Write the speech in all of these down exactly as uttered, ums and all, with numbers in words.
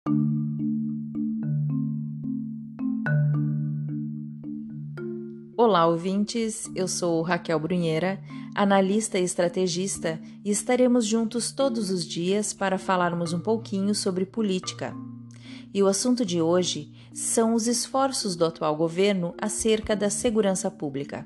Olá, ouvintes! Eu sou Raquel Brunheira, analista e estrategista, e estaremos juntos todos os dias para falarmos um pouquinho sobre política. E o assunto de hoje são os esforços do atual governo acerca da segurança pública.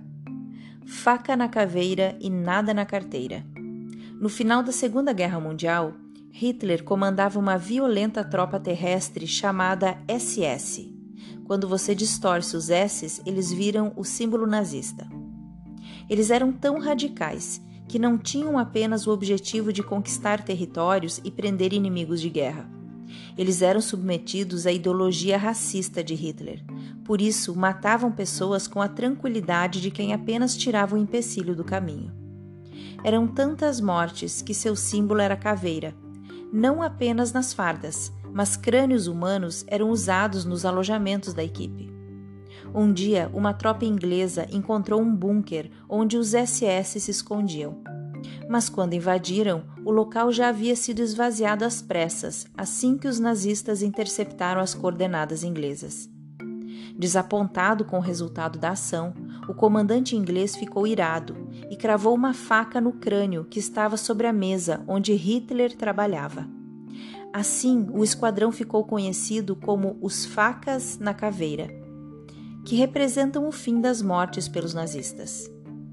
Faca na caveira e nada na carteira. No final da Segunda Guerra Mundial, Hitler comandava uma violenta tropa terrestre chamada S S. Quando você distorce os S's, eles viram o símbolo nazista. Eles eram tão radicais que não tinham apenas o objetivo de conquistar territórios e prender inimigos de guerra. Eles eram submetidos à ideologia racista de Hitler. Por isso, matavam pessoas com a tranquilidade de quem apenas tirava o empecilho do caminho. Eram tantas mortes que seu símbolo era a caveira, não apenas nas fardas, mas crânios humanos eram usados nos alojamentos da equipe. Um dia, uma tropa inglesa encontrou um bunker onde os S S se escondiam. Mas quando invadiram, o local já havia sido esvaziado às pressas, assim que os nazistas interceptaram as coordenadas inglesas. Desapontado com o resultado da ação, o comandante inglês ficou irado e cravou uma faca no crânio que estava sobre a mesa onde Hitler trabalhava. Assim, o esquadrão ficou conhecido como os Facas na Caveira, que representam o fim das mortes pelos nazistas.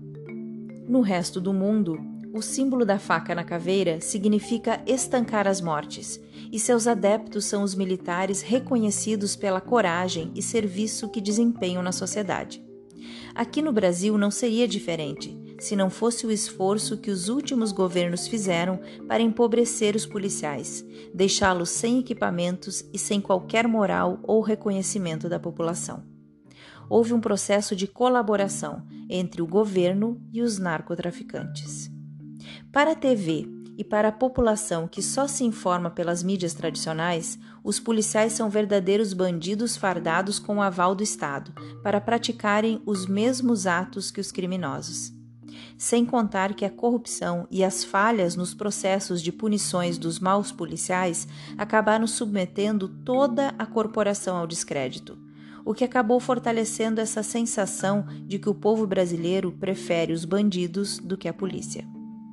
No resto do mundo, o símbolo da faca na caveira significa estancar as mortes, e seus adeptos são os militares reconhecidos pela coragem e serviço que desempenham na sociedade. Aqui no Brasil não seria diferente, se não fosse o esforço que os últimos governos fizeram para empobrecer os policiais, deixá-los sem equipamentos e sem qualquer moral ou reconhecimento da população. Houve um processo de colaboração entre o governo e os narcotraficantes. Para a T V e para a população que só se informa pelas mídias tradicionais, os policiais são verdadeiros bandidos fardados com o aval do Estado para praticarem os mesmos atos que os criminosos. Sem contar que a corrupção e as falhas nos processos de punições dos maus policiais acabaram submetendo toda a corporação ao descrédito, o que acabou fortalecendo essa sensação de que o povo brasileiro prefere os bandidos do que a polícia.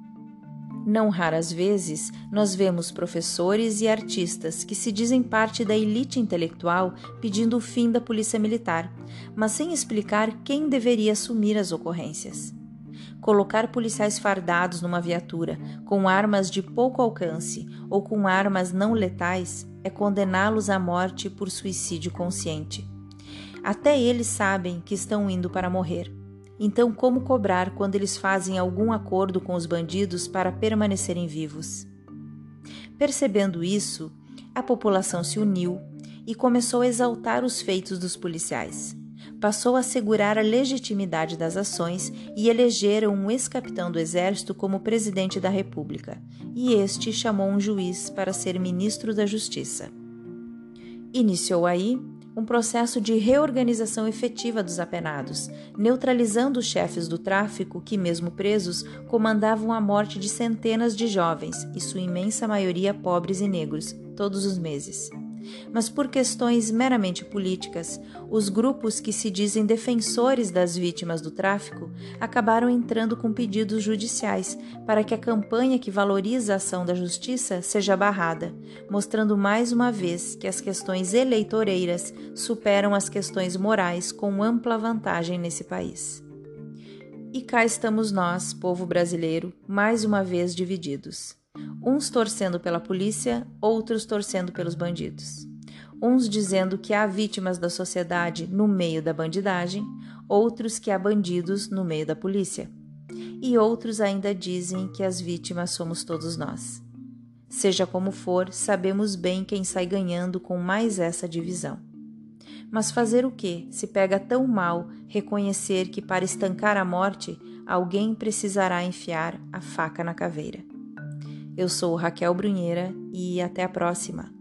Não raras vezes, nós vemos professores e artistas que se dizem parte da elite intelectual pedindo o fim da polícia militar, mas sem explicar quem deveria assumir as ocorrências. Colocar policiais fardados numa viatura com armas de pouco alcance ou com armas não letais é condená-los à morte por suicídio consciente. Até eles sabem que estão indo para morrer. Então, como cobrar quando eles fazem algum acordo com os bandidos para permanecerem vivos? Percebendo isso, a população se uniu e começou a exaltar os feitos dos policiais. Passou a assegurar a legitimidade das ações e elegeram um ex-capitão do Exército como presidente da República, e este chamou um juiz para ser ministro da Justiça. Iniciou aí um processo de reorganização efetiva dos apenados, neutralizando os chefes do tráfico que, mesmo presos, comandavam a morte de centenas de jovens, e sua imensa maioria pobres e negros, todos os meses. Mas por questões meramente políticas, os grupos que se dizem defensores das vítimas do tráfico acabaram entrando com pedidos judiciais para que a campanha que valoriza a ação da justiça seja barrada, mostrando mais uma vez que as questões eleitoreiras superam as questões morais com ampla vantagem nesse país. E cá estamos nós, povo brasileiro, mais uma vez divididos. Uns torcendo pela polícia, outros torcendo pelos bandidos. Uns dizendo que há vítimas da sociedade no meio da bandidagem, outros que há bandidos no meio da polícia. E outros ainda dizem que as vítimas somos todos nós. Seja como for, sabemos bem quem sai ganhando com mais essa divisão. Mas fazer o quê se pega tão mal reconhecer que para estancar a morte, alguém precisará enfiar a faca na caveira? Eu sou Raquel Brunheira e até a próxima!